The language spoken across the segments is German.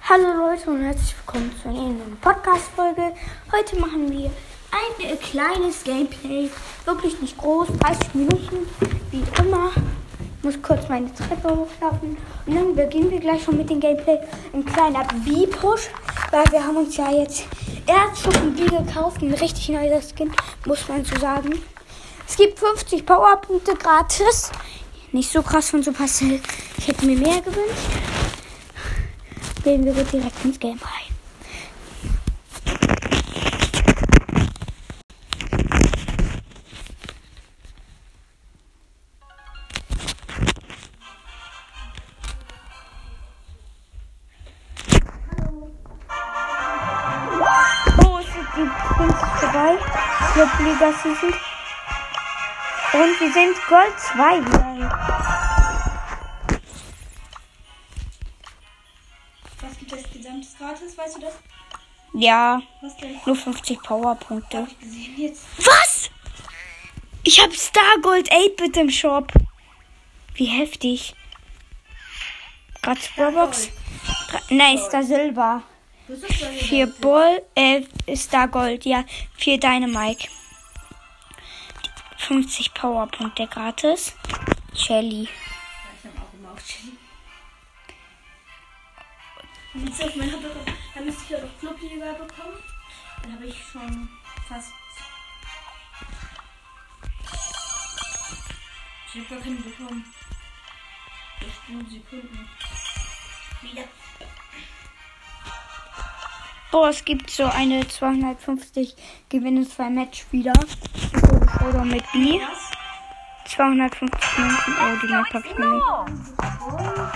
Hallo Leute und herzlich willkommen zu einer neuen Podcast-Folge. Heute machen wir ein kleines Gameplay, wirklich nicht groß, 30 Minuten, wie immer. Ich muss kurz meine Treppe hochlaufen und dann beginnen wir gleich schon mit dem Gameplay. Ein kleiner B-Push, weil wir haben uns ja jetzt Erzschuppen B gekauft, ein richtig neuer Skin, muss man so sagen. Es gibt 50 Powerpunkte gratis, nicht so krass von Supercell, ich hätte mir mehr gewünscht. Gehen wir direkt ins Game rein. Oh, es ist die Prinz vorbei. Die Liga Season. Und wir sind Gold 2 wieder. Was gibt es gesamtes gratis, weißt du das? Ja, Was denn? nur 50 Powerpunkte. Hab ich gesehen jetzt. Was? Ich hab Star Gold 8-Bit im Shop. Wie heftig. Gratis Brawlbox. Nein, Star Silber. Was ist das denn? 4 Bull, Star Gold, ja. 4 Dynamite. 50 Powerpunkte gratis. Shelly. Ja, ich hab auch immer auf Chili. Und jetzt auf mein dann müsste ich ja noch Clubliga bekommen. Dann habe ich schon fast. Ich habe gar keinen bekommen. 16 Sekunden. Wieder. Boah, es gibt so eine 250 Gewinne 2 Match wieder. Oder mit B. Was? 250 Münzen. Oh, die Map hab ich mir nicht.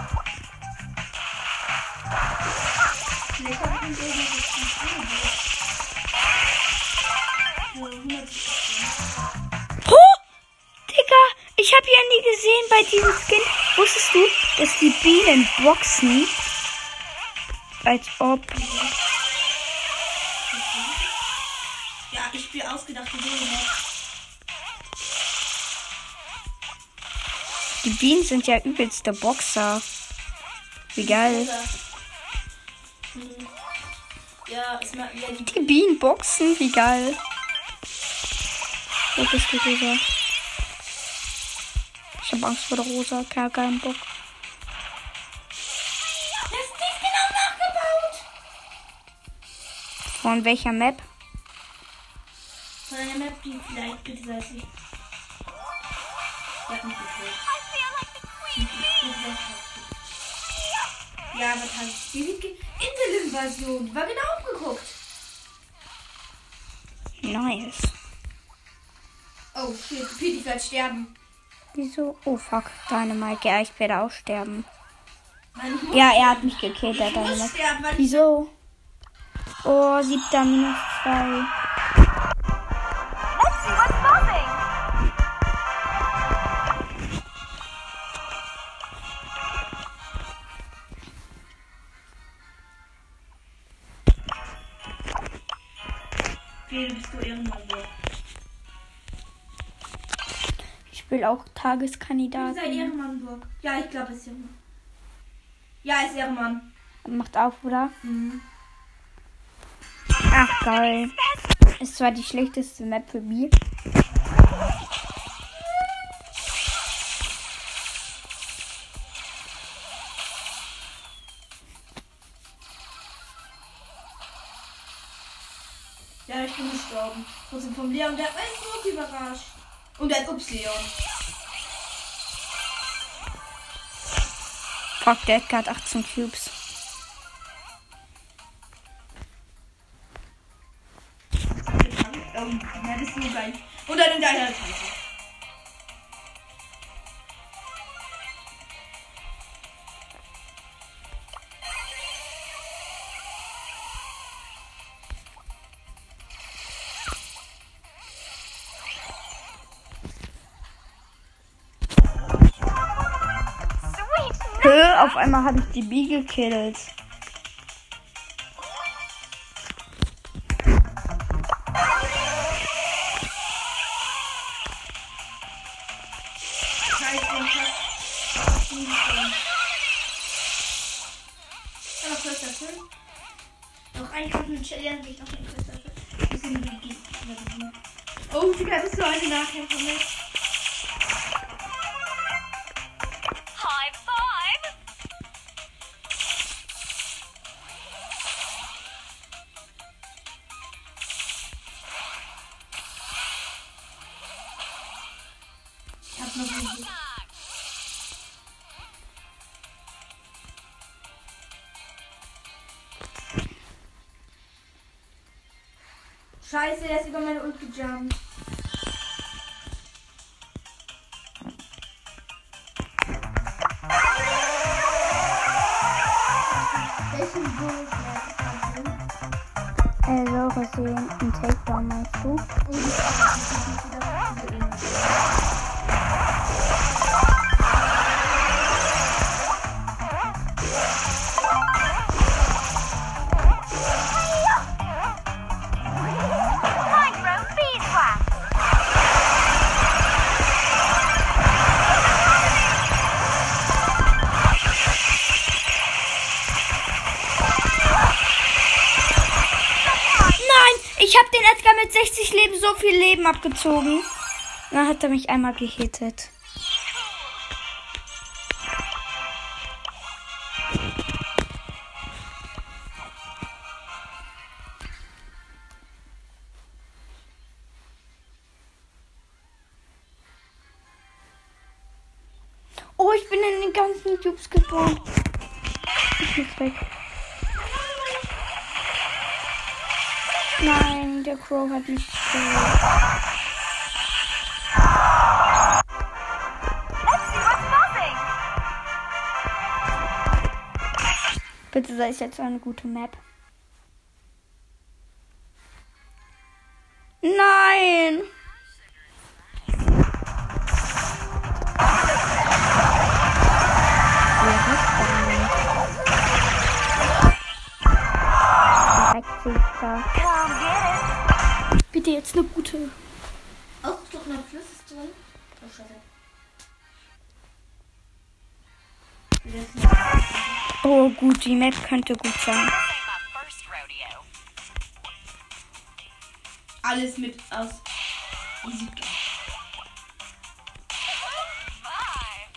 Oh, Digga, ich hab ja nie gesehen bei diesem Skin. Wusstest du, dass die Bienen boxen? Als ob. Ja, ich spiele ausgedachte Dinge. Die Bienen sind ja übelste Boxer. Wie geil. Ja, es macht ja Die Bienen boxen, wie geil. Wo bist du, Rosa? Ich hab Angst vor der Rosa, keinen Bock. Das ist genau nachgebaut. Von welcher Map? Von einer Map, die vielleicht gegenseitig. Ja, nicht ja, aber die Intel-Invasion. War genau abgeguckt. Nice. Oh, shit. Pete, ich werde sterben. Wieso? Oh fuck, Dynamite. Ja, ich werde auch sterben. Nein, ich muss Ja, er hat mich gekillt, der ich muss Dynamite. sterben, weil ich... Wieso? Oh, 7. -2. Let's see what's buzzing. Okay, bist du irgendwann so. Ich will auch Ist Tageskandidaten. ein Ehrenmannburg. Ja, ich glaube, es ist Ehrenmann. Ja, ist Ehrenmann. Macht auf, oder? Mhm. Ach, geil. Ist zwar die schlechteste Map für mich. Ja, ich bin gestorben. Trotzdem vom Leon, der hat meinen Druck überrascht. Und ein Ups, Leon. Fuck, der hat gerade 18 Cubes. Ja, das ist nur gleich. Und dann in deiner Seite. Auf einmal habe ich die B gekillt. Scheiße, Quest erfüllen. Noch eine Challenge, ich noch eine Quest erfüllen. Oh, Digga, bist du eine Nahkämpfer mit? High five! Ich hab noch einen. Scheiße, der ist über meine Ult gejumpt. Welchen Bonus So gesehen, ein Takedown meinst du? Micro beeswax! Ich habe den Edgar mit 60 Leben so viel Leben abgezogen. Dann hat er mich einmal gehittet. Oh, ich bin in den ganzen Cubes geboren. Ich muss weg. Nein, der Crow hat mich gekillt. Let's see what's buzzing! Bitte sei es jetzt eine gute Map. Nein! Come get it! Bitte jetzt eine gute. Ausgestochener Fluss ist drin. Oh, scheiße. Oh gut, die Map könnte gut sein. This ain't my first rodeo. Alles mit aus Easy. Bye!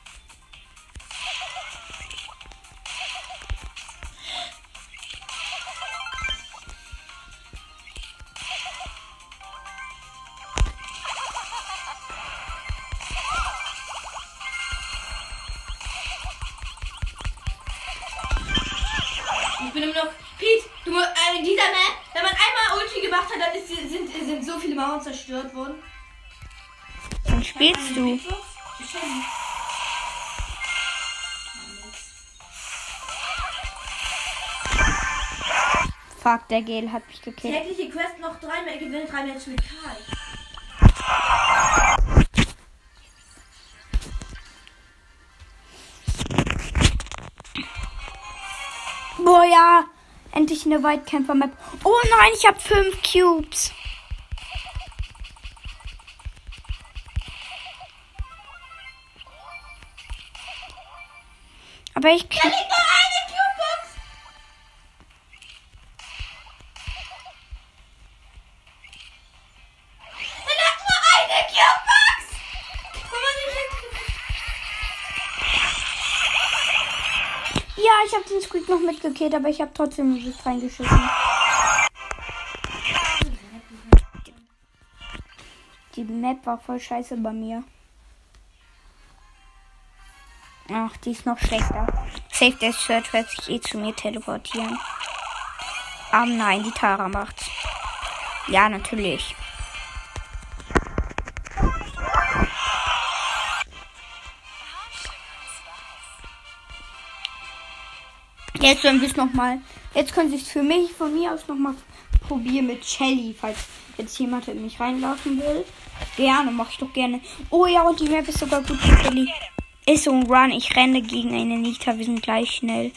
Ich bin immer noch. Pete, du in dieser Map, wenn man einmal Ulti gemacht hat, dann sind so viele Mauern zerstört worden. Dann spielst du. Ich schon. Fuck, der Gel hat mich gekillt. Tägliche Quest noch 3 mehr gewinnen, 3 Matches mit Karl. Boah, ja. Endlich eine Weitkämpfer-Map. Oh nein, ich habe 5 Cubes. Aber ich Da krieg... liegt nur eine Cubebox. Da lag nur eine Cubebox. Mama, Ja, ich habe den Squeak noch mitgekillt, aber ich habe trotzdem nicht reingeschissen. Die Map war voll scheiße bei mir. Ach, die ist noch schlechter. Safe der Search wird sich zu mir teleportieren. Aber nein, die Tara macht's. Ja, natürlich. Jetzt werden wir es nochmal. Jetzt können Sie es für mich, von mir aus nochmal probieren mit Shelly, falls jetzt jemand in mich reinlaufen will. Gerne, mache ich doch gerne. Oh ja, und die Map ist sogar gut für Shelly. Ist so ein Run. Ich renne gegen eine Nita. Wir sind gleich schnell.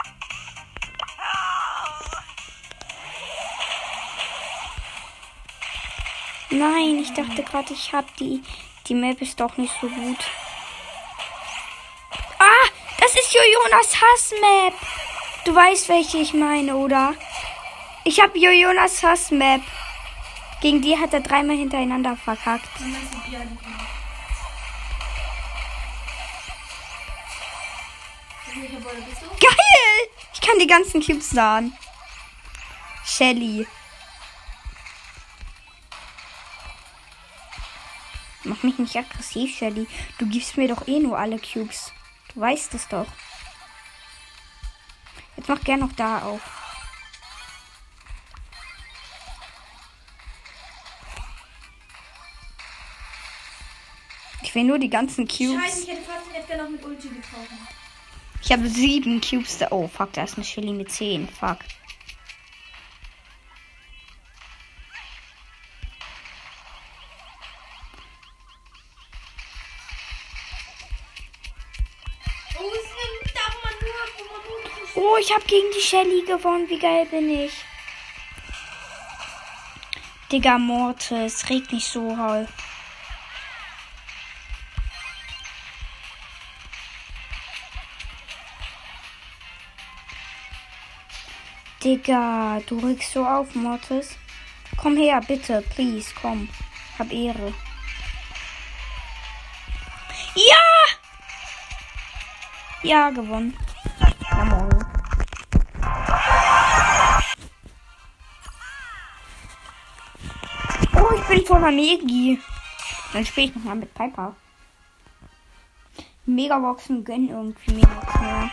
Nein, ich dachte gerade, ich habe die. Die Map ist doch nicht so gut. Ah, das ist Jonas Hass-Map. Du weißt, welche ich meine, oder? Ich habe Jonas Hass Map. Gegen die hat er 3-mal hintereinander verkackt. Dann meinst du Bia, die kommt. Welcher Bolle bist du? Geil! Ich kann die ganzen Cubes sahen. Shelly. Mach mich nicht aggressiv, Shelly. Du gibst mir doch eh nur alle Cubes. Du weißt es doch. Jetzt mach gern noch da auf. Ich will nur die ganzen Cubes. Scheiße, ich hätte fast den Edgar noch mit Ulti getroffen. Ich habe 7 Cubes da. Oh, fuck, da ist eine Shelly mit 10. Fuck. Oh, es darf man nur. Oh, ich habe gegen die Shelly gewonnen. Wie geil bin ich? Digga, Mortis. Reg nicht so hau. Digga, du regst so auf, Mortis. Komm her, bitte, please, komm. Hab Ehre. Ja! Ja, gewonnen. Na, morgen. Oh, ich bin voller Megi. Dann spiele ich nochmal mit Piper. Megaboxen gönnen irgendwie mir nichts mehr.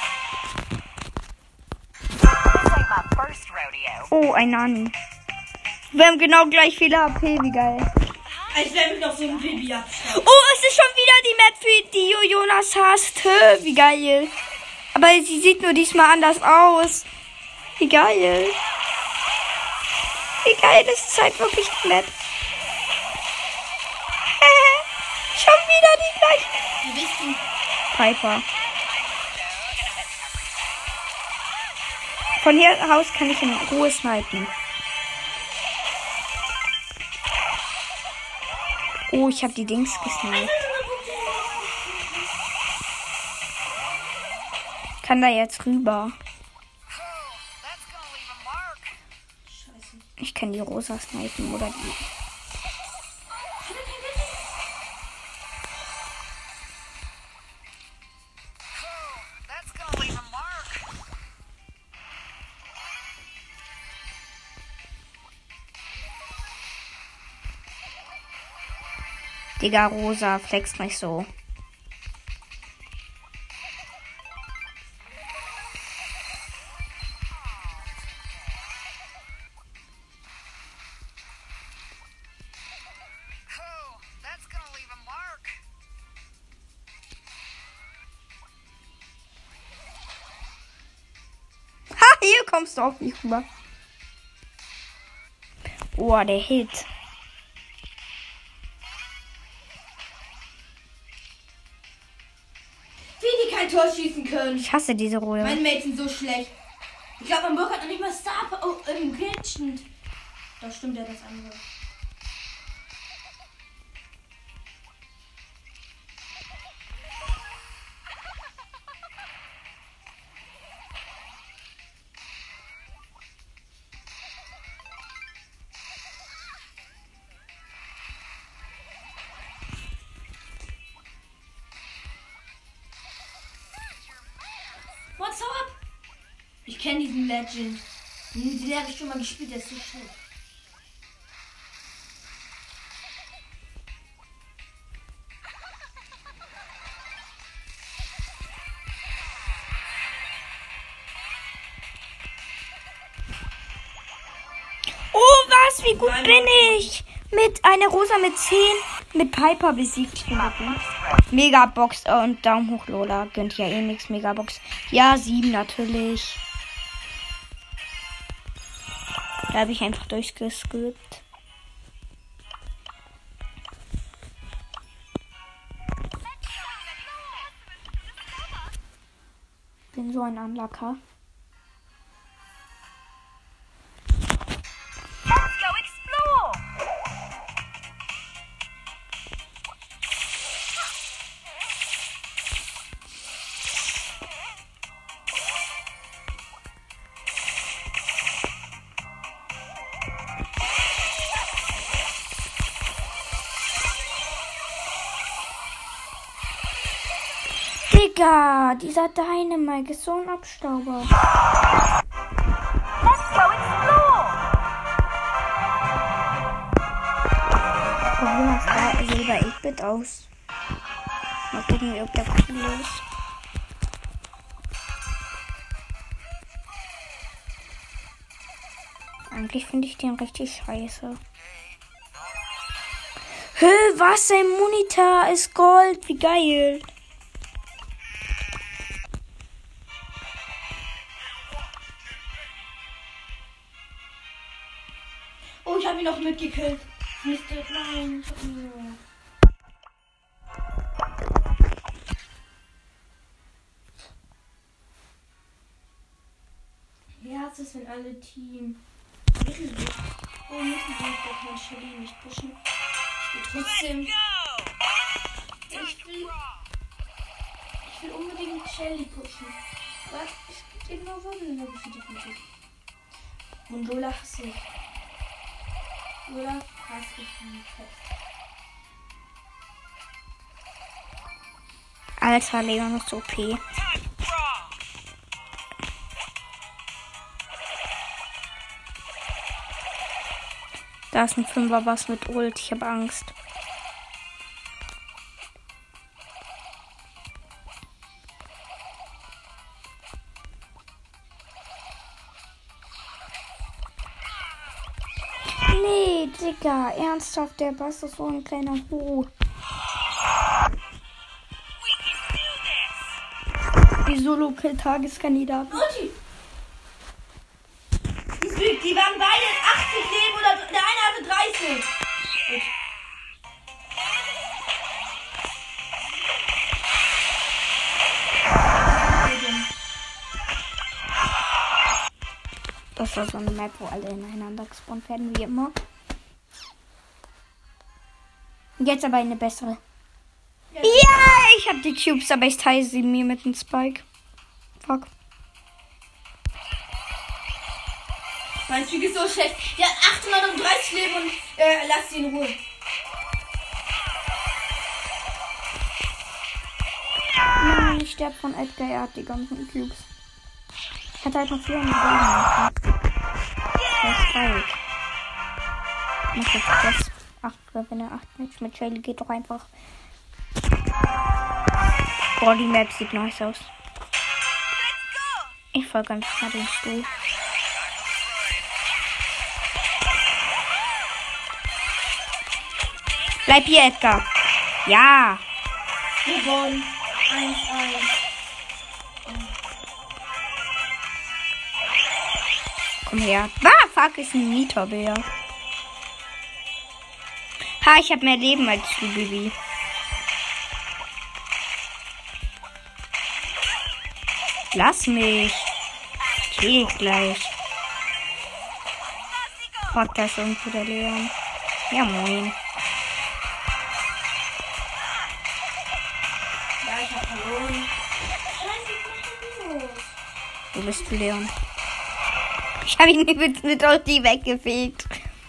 This ain't my first rodeo. Oh, ein Nani. Wir haben genau gleich viele HP, wie geil. Ich werde mich noch so ein Baby abschlagen. Oh, es ist schon wieder die Map, für die Jonas hasst. Hö, wie geil. Aber sie sieht nur diesmal anders aus. Wie geil. Wie geil, das ist halt wirklich die Map. Schon wieder die gleiche. Wie bist du? Piper. Von hier aus kann ich in Ruhe snipen. Oh, ich habe die Dings gesniped. Kann da jetzt rüber. That's gonna leave a mark. Scheiße. Ich kann die Rosa snipen oder die. That's gonna leave a mark. Digga, Rosa, flex nicht so. Oh, that's gonna leave a mark. Ha, hier kommst du auf mich rüber. Oh, der Hit. Wie die kein Tor schießen können. Ich hasse diese Ruhe. Meine Mates sind so schlecht. Ich glaube, mein Burg hat noch nicht mal Star im Glitchend. Das stimmt ja, das andere. What's up? Ich kenne diesen Legend. Den habe ich schon mal gespielt, der ist so schlecht. Oh, was? Wie gut bin ich? Mit einer Rosa mit 10 mit Piper besiegt. Ich bin so gut. Megabox und Daumen hoch, Lola. Gönnt ja eh nichts. Megabox. Ja, 7 natürlich. Da habe ich einfach durchgeskippt. Bin so ein Unlocker. Let's go explore. Digga, dieser Dynamite ist so ein Abstauber. Let's go explore. Probieren wir das Silber 8-Bit aus. Mal gucken, ob der cool ist. Eigentlich finde ich den richtig scheiße. Hä, was? Sein Monitor ist Gold. Wie geil. Oh, ich habe ihn noch mitgekillt. Mist, nein. Ich hab ihn... Wie heißt es, wenn alle Team... Mittelweg. Oh, Mittelweg, da kann Shelly nicht pushen. Ich will trotzdem... Ich will unbedingt Shelly pushen. Aber es gibt immer Wunder für die Musik. Und Lola hasse ich. Lola hasse ich nicht fest. Alter, Leon ist OP. Da ist ein 5er was mit Ult. Ich habe Angst. Nee, Digga. Ernsthaft, der Bass ist so ein kleiner Hu. Die Solo-Kill-Tageskandidaten. Ulti! Die waren beide 80 Leben oder der eine hatte 30. Gut. Das war so eine Map, wo alle ineinander gespawnt werden, wie immer. Jetzt aber eine bessere. Ja, ich habe die Cubes, aber ich teile sie mir mit dem Spike. Fuck. Mein Zug ist so schlecht. Der hat 830 Leben und lass sie in Ruhe. Nein, ich sterbe von Edgar. Er hat die ganzen Cubes. Hat halt noch 400 Leben. Der Spike. Mach jetzt das 8 Gewinne, 8 Match mit Shelly geht doch einfach. Boah, die Map sieht nice aus. Ich folge einfach mal den Stuhl. Bleib hier, Edgar. Ja. Gewonnen. 1-1. Komm her. Ah, fuck, ist ein Nita-Bär. Ha, ich habe mehr Leben als du, Bibi. Lass mich. Okay, gleich. Fuck, da ist irgendwo der Leon. Ja, moin. Ja, ich hab verloren. Wo bist du, Leon? Ich habe ihn mit Ulti weggefegt.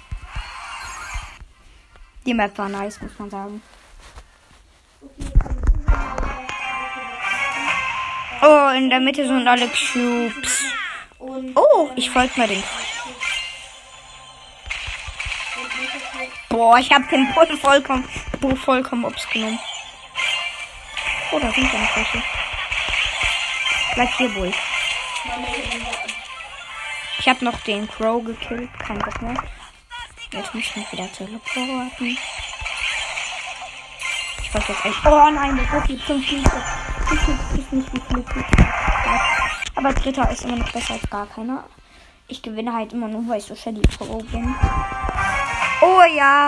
Die Map war nice, muss man sagen. Oh, in der Mitte sind alle Cubes. Oh, ich folge mal den. Boah, ich habe den Bull vollkommen ups genommen. Oh, da sind ja noch welche. Bleib hier, Bull. Ich habe noch den Crow gekillt. Kein Bock mehr. Jetzt muss ich mich wieder teleporten. Ich wollte jetzt echt... Oh nein, das ist jetzt 5 Minuten. Ich weiß nicht, wie viele Cubes. Aber Dritter ist immer noch besser als gar keiner. Ich gewinne halt immer nur, weil ich so Shelly Pro bin. Oh ja.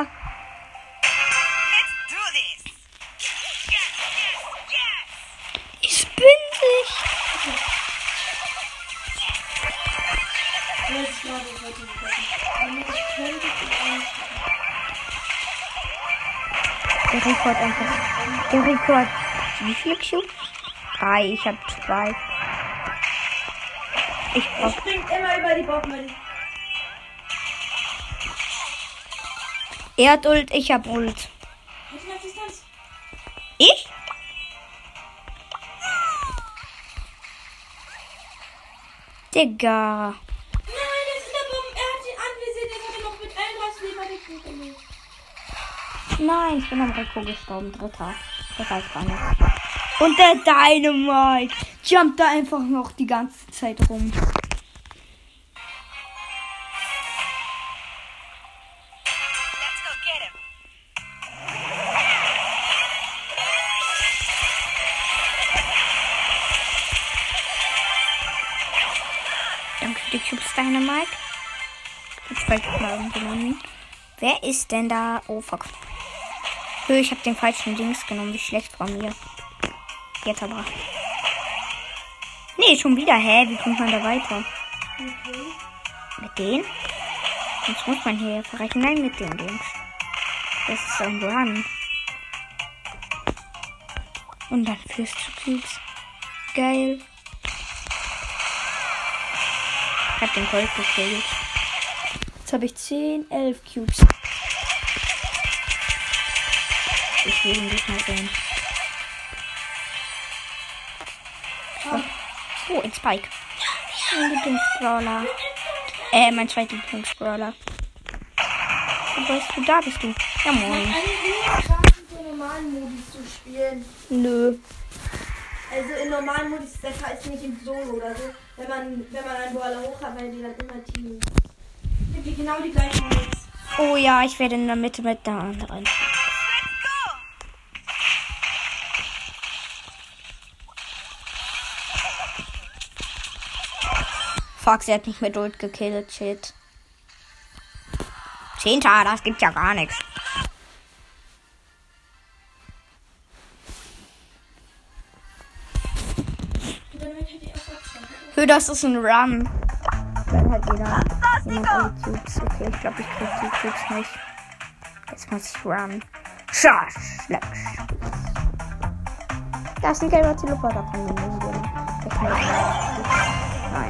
Ich bin sich. Der Rekord einfach. Der Rekord. Wie viele Cubes? 3, ich habe 2. Ich brauch. Springt immer über die Bombe. Er hat Ult, ich hab Ult. Ich? Digga. Nein, der ist in der Bombe. Er hat ihn anvisiert. Jetzt hat er noch mit 31 Leben hat er gekillt. Nein, ich bin am Rico gestorben. Dritter. Das heißt gar nicht. Und der Dynamite jumpt da einfach noch die ganze Zeit rum. Let's go get him. Danke für die Cubes Dynamite. Jetzt wollte ich mal irgendjemanden. Wer ist denn da? Oh, fuck. Ich habe den falschen Dings genommen. Wie schlecht von mir. Jetzt aber. Nee, schon wieder. Hä? Wie kommt man da weiter? Mit denen? Jetzt muss man hier verrecken. Nein, mit den Dings. Das ist ein Run. Und dann führst du Cubes. Geil. Ich hab den Gold gekillt. Jetzt habe ich 10, 11 Cubes. Ich will ihn nicht mehr sehen. Oh, ein Spike. Mein Lieblingsbrawler. Mein zweiter Lieblingsbrawler. Wo bist du? Da bist du. Ja, moin. Eigentlich nur schaffen, so normalen Modus zu spielen. Nö. Also in normalen Modus ist der Fall nicht im Solo oder so. Wenn man einen Brawler hoch hat, weil die dann immer teamen. Sind die genau die gleichen Modus. Oh ja, ich werde in der Mitte mit der anderen. Fuck, sie hat mich mit Ult gekillt. Shit. 10. Das gibt ja gar nichts. Das ist ein Run. Dann hat jemand alle Cubes. Okay, ich glaube, ich krieg die Cubes nicht. Jetzt muss ich run. Schasch, schleck. Da ist ein gelber Teleporter von mir. Nein.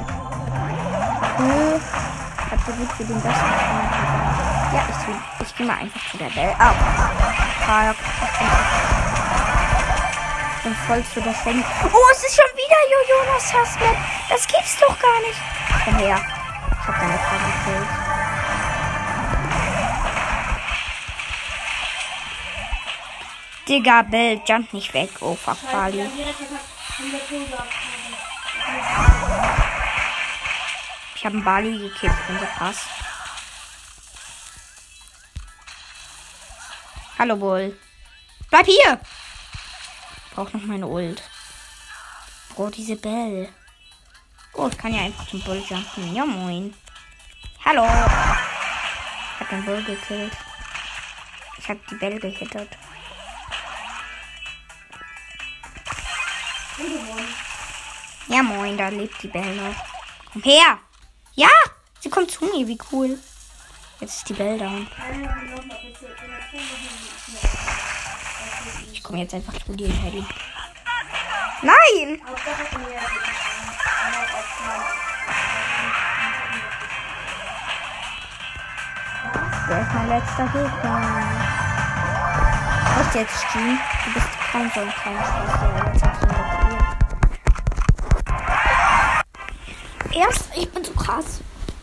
Habt ihr gut für den besten? Ja, ich gehe mal einfach zu der Welt. Dann folgst du das Ding. Oh, es ist schon wieder Jonas Hassmet. Das gibt's doch gar nicht. Komm her. Ich hab deine Frau gekillt. Digga, Bell, jump nicht weg. Oh, fuck, Bali. Ich hab einen Bali gekillt. Ich bin so krass. Hallo, Bull. Bleib hier! Ich brauch noch meine Ult. Oh, diese Bell. Oh, ich kann ja einfach zum Bull jumpen. Ja, moin. Hallo. Ich hab den Bull gekillt. Ich hab die Bell gehittet. Ja, moin, da lebt die Bell noch. Komm her. Ja, sie kommt zu mir. Wie cool. Jetzt ist die Bell down. Ich komme jetzt einfach zu dir, Teddy. Nein! Der ist mein letzter Gegner. Was jetzt, Jean? Du bist kein so ein kleiner Spaß, jetzt hast du mit ihr. Erst, ich bin so krass.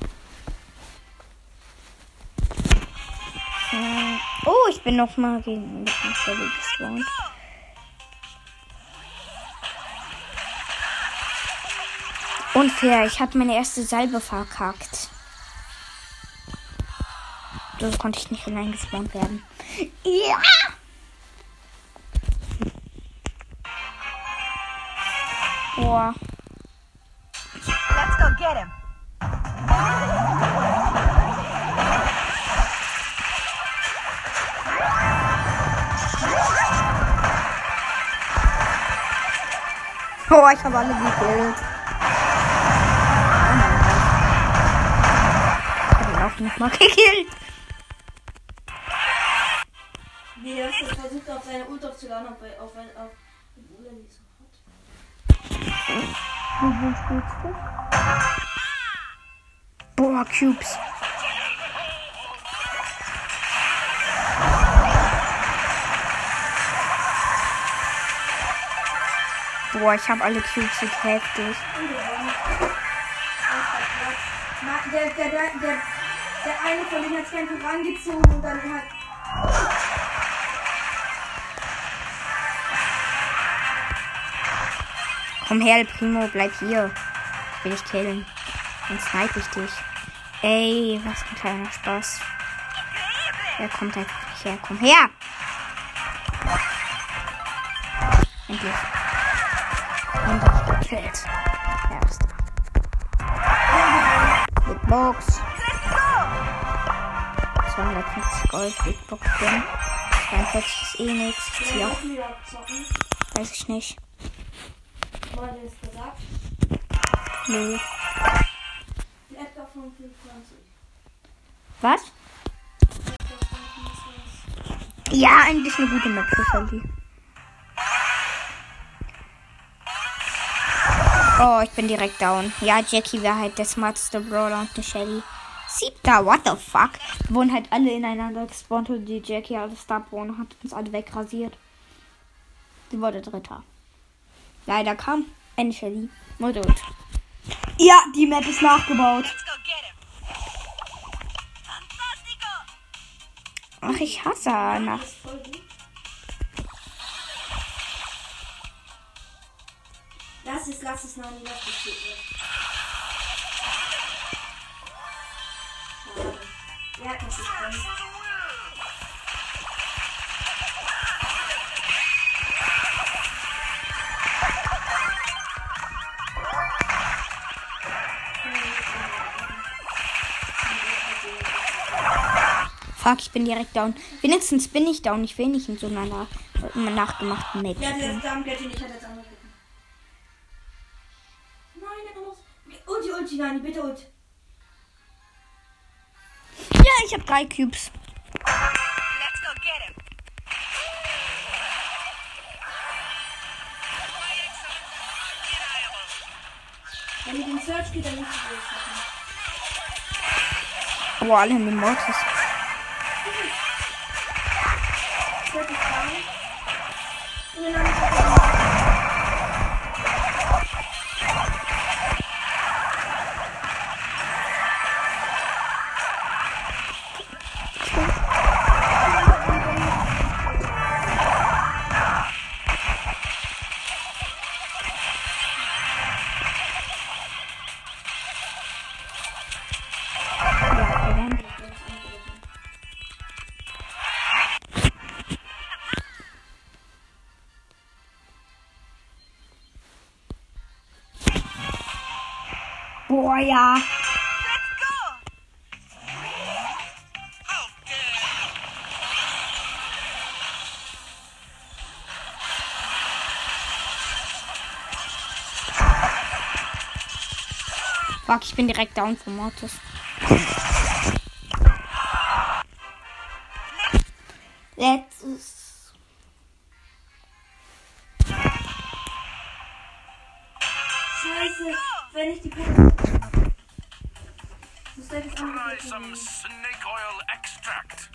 Oh, ich bin noch mal gegen den Stelle gespawnt. Unfair, ich habe meine erste Salbe verkackt. So konnte ich nicht hineingespawnt werden. Ja! Boah. Let's go get him. Oh, ich habe alle gekillt. Ich habe ihn auch nicht mal gekillt. Nee, er hat versucht, auf seine Ult aufzuladen, auf Ula nicht so hat. Wo spielst du? Boah, Cubes. Boah, ich habe alle Cubes, so heftig. Der eine von denen hat sich einfach rangezogen und dann hat. Komm her, El Primo, bleib hier. Ich will dich killen. Dann snipe ich dich. Ey, was ein kleiner Spaß. Er kommt einfach nicht her. Komm her! Endlich. Endlich gekillt. Erster. Big Box. 250 Gold. Big Box drin. 42 ist eh nichts. Hier auch. Weiß ich nicht. Wurde es gesagt? Nö. Edgar von 25. Was? Edgar von 25. Ja, eigentlich eine gute Map für Shelly. Oh, ich bin direkt down. Ja, Jackie wäre halt der smarteste Brawler und eine Shelly. Siebter, what the fuck? Wir wurden halt alle ineinander gespawnt und die Jackie als Star Brawler hat uns alle wegrasiert. Sie wurde Dritter. Leider kam eine Shelly. Und. Ja, die Map ist nachgebaut. Let's go get him. Fantastico. Ach, ich hasse nach. Das ist voll gut. Lass es, Nani, lass es geht nicht. Schade. Er hat nicht gespannt. Fuck, ich bin direkt down. Wenigstens bin ich down. Ich will nicht in so einer nachgemachten Map. Ja, der Darmgärtchen, ich hatte jetzt andere Gruppen. Nein, der muss. Ulti, Nani, bitte Ulti. Ja, ich habe 3 Cubes. Let's go get him. Wenn ihr den Search geht, dann müsst ihr das machen. Boah, alle in den Mortis. Search ist down. Und dann Boah, ja. Let's go. How dare Fuck, ich bin direkt down von Mortis. Letztes. Scheiße, wenn ich die Karte. Muss da jetzt Try andere some snake oil extract.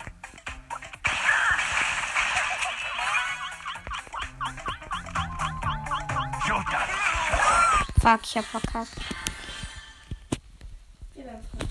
You're done. Fuck, ich hab verkackt. Ja, dann